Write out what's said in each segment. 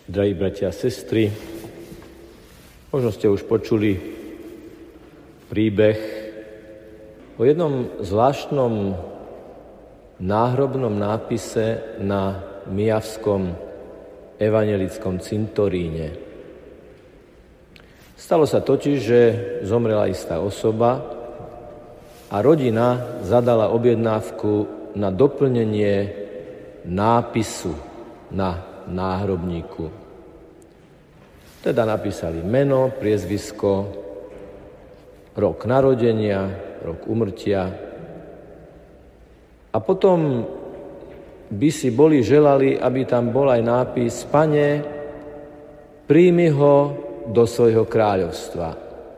Drahí bratia a sestry, možno ste už počuli príbeh o jednom zvláštnom náhrobnom nápise na Mijavskom evanjelickom cintoríne. Stalo sa totiž, že zomrela istá osoba a rodina zadala objednávku na doplnenie nápisu na náhrobníku. Teda napísali meno, priezvisko, rok narodenia, rok úmrtia a potom by si boli želali, aby tam bol aj nápis: Pane, príjmi ho do svojho kráľovstva.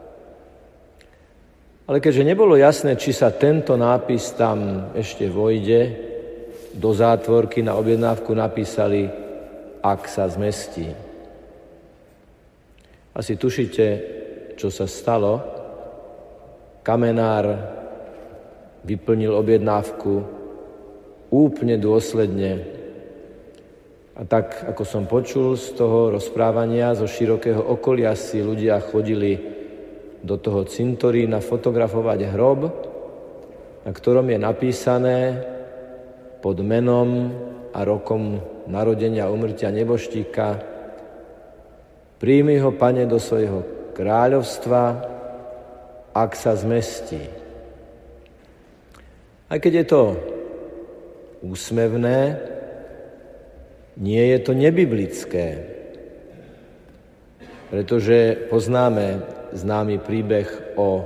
Ale keďže nebolo jasné, či sa tento nápis tam ešte vojde, do zátvorky na objednávku napísali: ak sa zmestí. Asi tušíte, čo sa stalo. Kamenár vyplnil objednávku úplne dôsledne. A tak, ako som počul z toho rozprávania, zo širokého okolia si ľudia chodili do toho cintorína fotografovať hrob, na ktorom je napísané pod menom a rokom narodenia a úmrtia neboštíka: príjmi ho, Pane, do svojho kráľovstva, ak sa zmestí. Aj keď je to úsmevné, nie je to nebiblické, pretože poznáme známy príbeh o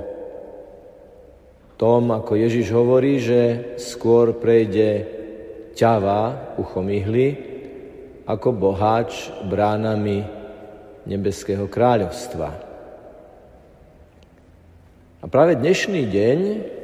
tom, ako Ježiš hovorí, že skôr prejde ťava, uchom ihly, ako boháč bránami nebeského kráľovstva. A práve dnešný deň,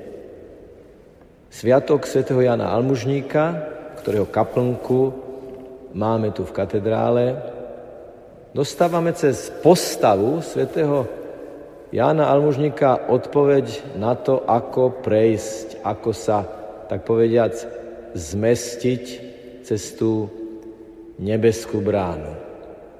sviatok svätého Jána Almužníka, ktorého kaplnku máme tu v katedrále, dostávame cez postavu svätého Jána Almužníka odpoveď na to, ako prejsť, ako sa, tak povediac, zmestiť cez tú nebeskú bránu.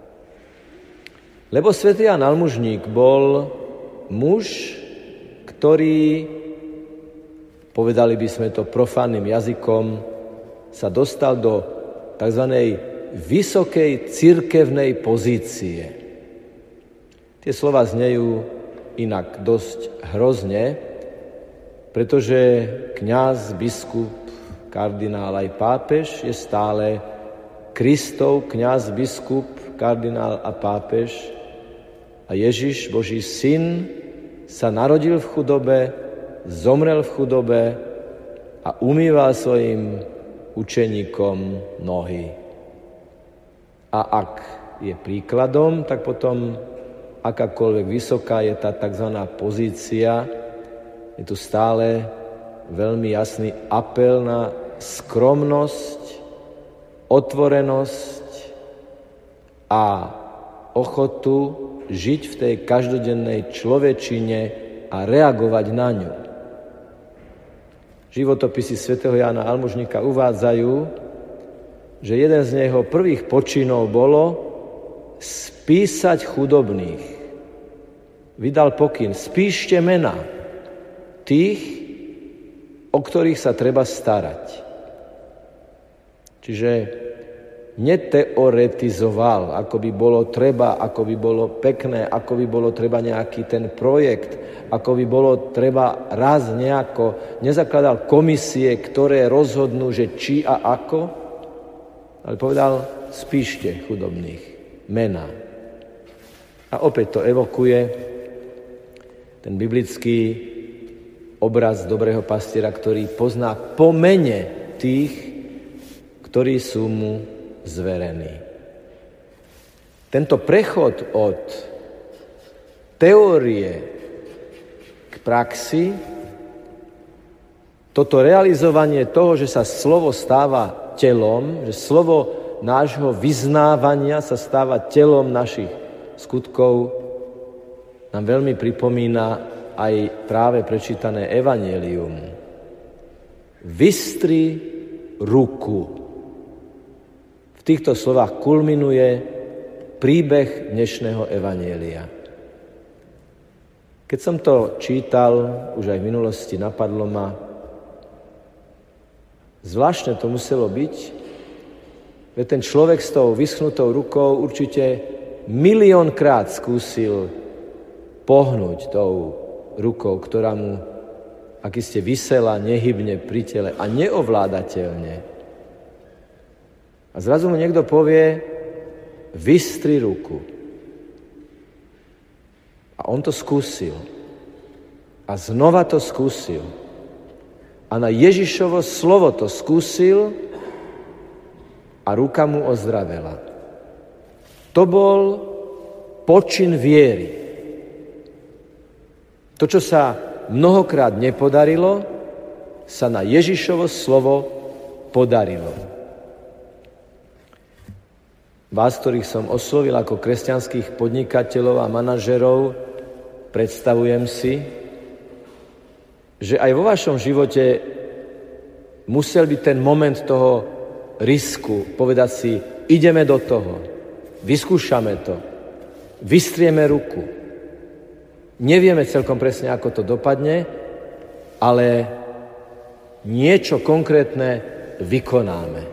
Lebo svätý Ján Almužník bol muž, ktorý, povedali by sme to profánnym jazykom, sa dostal do tzv. Vysokej cirkevnej pozície. Tie slová znejú inak dosť hrozne, pretože kňaz, biskup, kardinál aj pápež je stále Kristov kňaz, biskup, kardinál a pápež. A Ježiš, Boží syn, sa narodil v chudobe, zomrel v chudobe a umýval svojim učeníkom nohy. A ak je príkladom, tak potom akákoľvek vysoká je tá tzv. Pozícia, je tu stále veľmi jasný apel na skromnosť, otvorenosť a ochotu žiť v tej každodennej človečine a reagovať na ňu. Životopisy svätého Jána Almužníka uvádzajú, že jeden z jeho prvých počinov bolo spísať chudobných. Vydal pokyn: spíšte mená tých, o ktorých sa treba starať. Čiže neteoretizoval, ako by bolo treba, ako by bolo pekné, ako by bolo treba nejaký ten projekt, ako by bolo treba raz nejako, nezakladal komisie, ktoré rozhodnú, že či a ako, ale povedal: spíšte chudobných mená. A opäť to evokuje ten biblický obraz dobrého pastiera, ktorý pozná po mene tých, ktorí sú mu zverení. Tento prechod od teórie k praxi, toto realizovanie toho, že sa slovo stáva telom, že slovo nášho vyznávania sa stáva telom našich skutkov, nám veľmi pripomína aj práve prečítané evanjelium. Vystri ruku. V týchto slovách kulminuje príbeh dnešného evanjelia. Keď som to čítal, už aj v minulosti napadlo ma, zvláštne to muselo byť, veď ten človek s tou vyschnutou rukou určite miliónkrát skúsil pohnúť tou rukou, ktorá mu, aký ste, visela nehybne pri tele a neovládateľne. A zrazu mu niekto povie, vystri ruku. A on to skúsil. A znova to skúsil. A na Ježišovo slovo to skúsil a ruka mu ozdravela. To bol počin viery. To, čo sa mnohokrát nepodarilo, sa na Ježišovo slovo podarilo. Vás, ktorých som oslovil ako kresťanských podnikateľov a manažerov, predstavujem si, že aj vo vašom živote musel byť ten moment toho risku, povedať si, ideme do toho, vyskúšame to, vystrieme ruku. Nevieme celkom presne, ako to dopadne, ale niečo konkrétne vykonáme.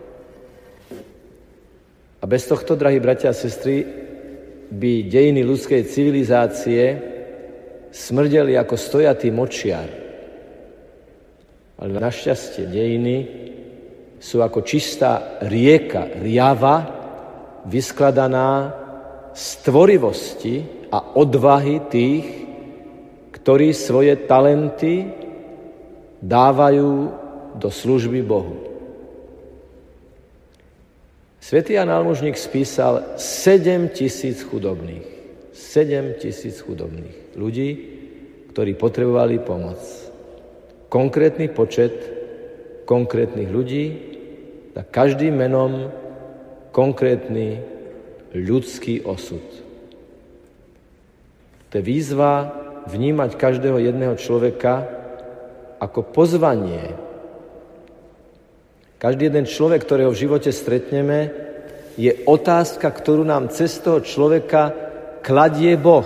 A bez tohto, drahí bratia a sestry, by dejiny ľudskej civilizácie smrdeli ako stojatý močiar. Ale našťastie dejiny sú ako čistá rieka, riava, vyskladaná z tvorivosti a odvahy tých, ktorí svoje talenty dávajú do služby Bohu. Svätý Ján Almužník spísal 7 000 chudobných. 7 000 chudobných ľudí, ktorí potrebovali pomoc. Konkrétny počet konkrétnych ľudí, a každým menom konkrétny ľudský osud. To je výzva vnímať každého jedného človeka ako pozvanie. Každý jeden človek, ktorého v živote stretneme, je otázka, ktorú nám cez toho človeka kladie Boh.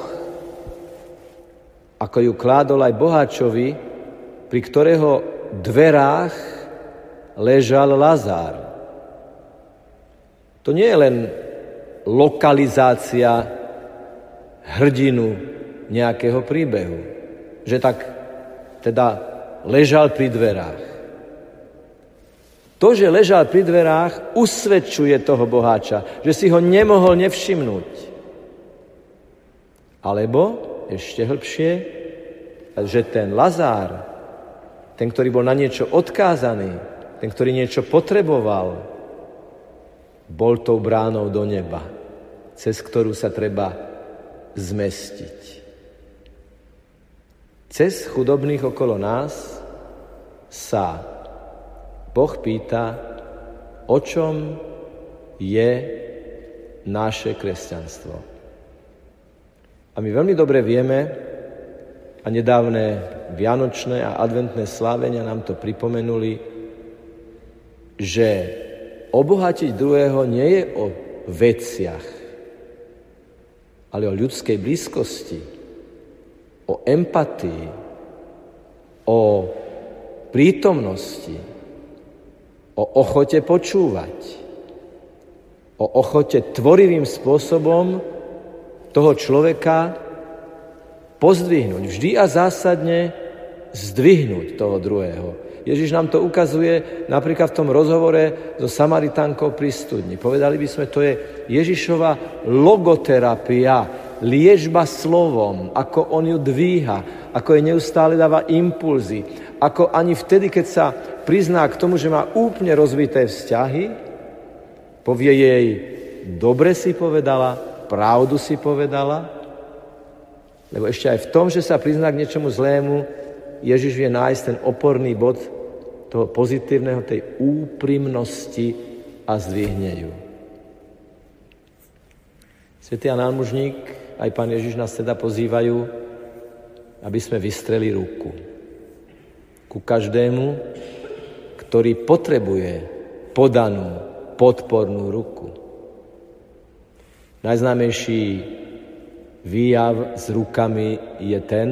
Ako ju kládol aj boháčovi, pri ktorého dverách ležal Lazár. To nie je len lokalizácia hrdinu nejakého príbehu, že tak teda ležal pri dverách. To, že ležal pri dverách, usvedčuje toho boháča, že si ho nemohol nevšimnúť. Alebo, ešte hlbšie, že ten Lazár, ten, ktorý bol na niečo odkázaný, ten, ktorý niečo potreboval, bol tou bránou do neba, cez ktorú sa treba zmestiť. Cez chudobných okolo nás sa Boh pýta, o čom je naše kresťanstvo. A my veľmi dobre vieme, a nedávne vianočné a adventné slávenia nám to pripomenuli, že obohatiť druhého nie je o veciach, ale o ľudskej blízkosti, o empatii, o prítomnosti, o ochote počúvať, o ochote tvorivým spôsobom toho človeka pozdvihnúť, vždy a zásadne zdvihnúť toho druhého. Ježiš nám to ukazuje napríklad v tom rozhovore so Samaritánkou pri studni. Povedali by sme, to je Ježišova logoterapia, liečba slovom, ako on ju dvíha, ako jej neustále dáva impulzy, ako ani vtedy, keď sa prizná k tomu, že má úplne rozbité vzťahy, povie jej, dobre si povedala, pravdu si povedala, lebo ešte aj v tom, že sa prizná k niečomu zlému, Ježiš vie nájsť ten oporný bod toho pozitívneho, tej úprimnosti a zdvihne ju. Svätý Ján Almužník, aj Pán Ježiš nás teda pozývajú, aby sme vystreli ruku ku každému, ktorý potrebuje podanú, podpornú ruku. Najznámejší výjav s rukami je ten,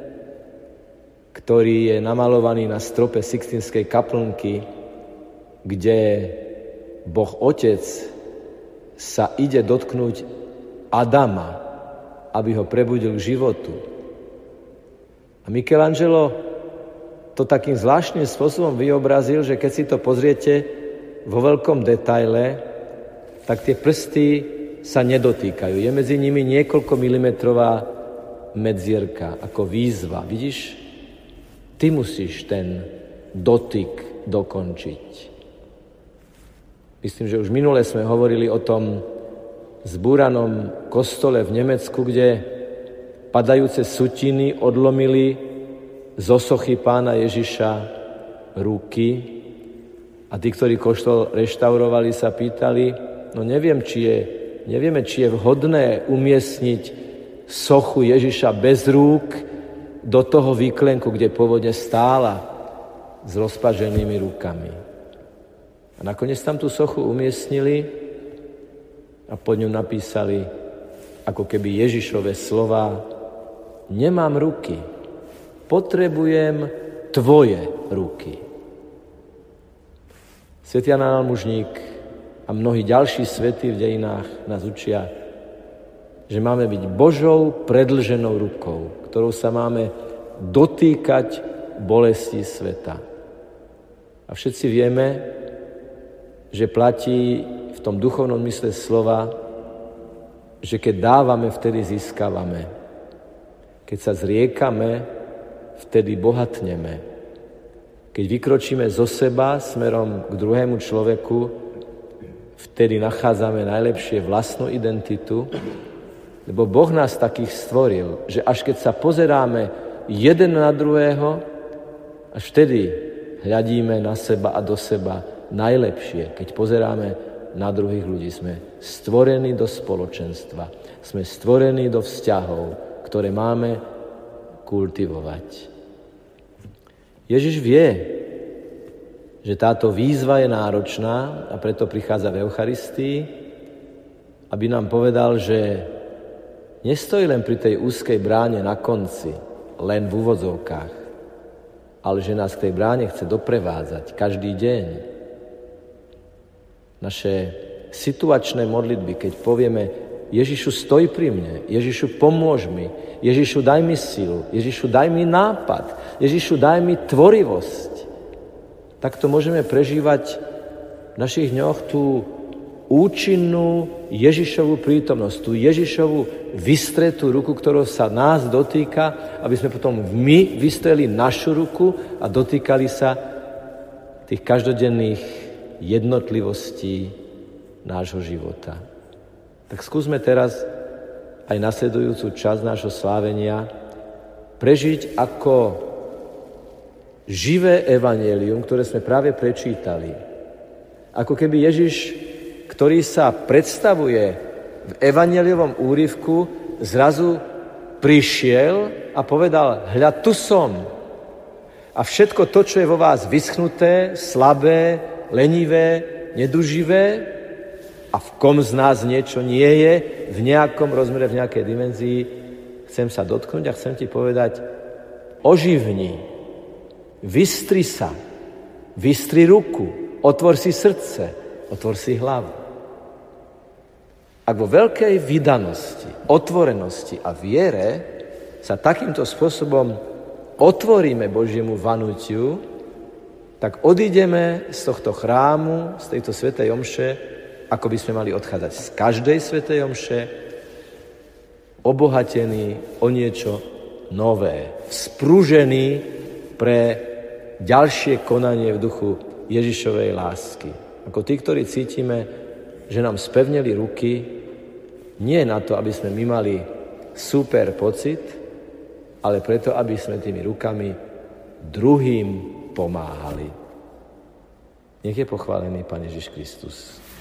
ktorý je namalovaný na strope Sixtinskej kaplnky, kde Boh Otec sa ide dotknúť Adama, aby ho prebudil k životu. A Michelangelo to takým zvláštnym spôsobom vyobrazil, že keď si to pozriete vo veľkom detaile, tak tie prsty sa nedotýkajú. Je medzi nimi niekoľko milimetrová medzierka, ako výzva. Vidíš? Ty musíš ten dotyk dokončiť. Myslím, že už minule sme hovorili o tom zbúranom kostole v Nemecku, kde padajúce sutiny odlomili zo sochy pána Ježiša ruky a tí, ktorí kostol reštaurovali, sa pýtali, no nevieme, či je vhodné umiestniť sochu Ježiša bez rúk do toho výklenku, kde pôvodne stála s rozpaženými rukami. A nakoniec tam tú sochu umiestnili a pod ňu napísali ako keby Ježišove slová: nemám ruky, potrebujem tvoje ruky. Svätý Ján Námužník a mnohí ďalší svätí v dejinách nás učia, že máme byť Božou predĺženou rukou, ktorou sa máme dotýkať bolesti sveta. A všetci vieme, že platí v tom duchovnom mysle slova, že keď dávame, vtedy získavame. Keď sa zriekame, vtedy bohatneme. Keď vykročíme zo seba smerom k druhému človeku, vtedy nachádzame najlepšie vlastnú identitu, lebo Boh nás takých stvoril, že až keď sa pozeráme jeden na druhého, až vtedy hľadíme na seba a do seba najlepšie. Keď pozeráme na druhých ľudí, sme stvorení do spoločenstva, sme stvorení do vzťahov, ktoré máme kultivovať. Ježiš vie, že táto výzva je náročná a preto prichádza v Eucharistii, aby nám povedal, že nestojí len pri tej úzkej bráne na konci, len v úvodzovkách, ale že nás k tej bráne chce doprevádzať každý deň. Naše situačné modlitby, keď povieme Ježišu, stoj pri mne, Ježišu, pomôž mi, Ježišu, daj mi silu, Ježišu, daj mi nápad, Ježišu, daj mi tvorivosť, tak to môžeme prežívať v našich dňoch tú účinnú Ježišovú prítomnosť, tú Ježišovú vystretú ruku, ktorou sa nás dotýka, aby sme potom my vystreli našu ruku a dotýkali sa tých každodenných jednotlivostí nášho života. Tak skúsme teraz aj nasledujúcu časť nášho slávenia prežiť ako živé evanjelium, ktoré sme práve prečítali. Ako keby Ježiš, ktorý sa predstavuje v evanjeliovom úryvku, zrazu prišiel a povedal: hľa, tu som. A všetko to, čo je vo vás vyschnuté, slabé, lenivé, neduživé a v kom z nás niečo nie je, v nejakom rozmere, v nejakej dimenzii, chcem sa dotknúť a chcem ti povedať: oživni, vystri sa, vystri ruku, otvor si srdce, otvor si hlavu. Ak vo veľkej vydanosti, otvorenosti a viere sa takýmto spôsobom otvoríme Božiemu vanutiu, tak odídeme z tohto chrámu, z tejto svätej omše, ako by sme mali odchádzať z každej svätej omše, obohatení o niečo nové, sprúžení pre ďalšie konanie v duchu Ježišovej lásky. Ako tí, ktorí cítime, že nám spevneli ruky, nie na to, aby sme my mali super pocit, ale preto, aby sme tými rukami druhým pomáhali. Nech je pochválený Pán Ježiš Kristus.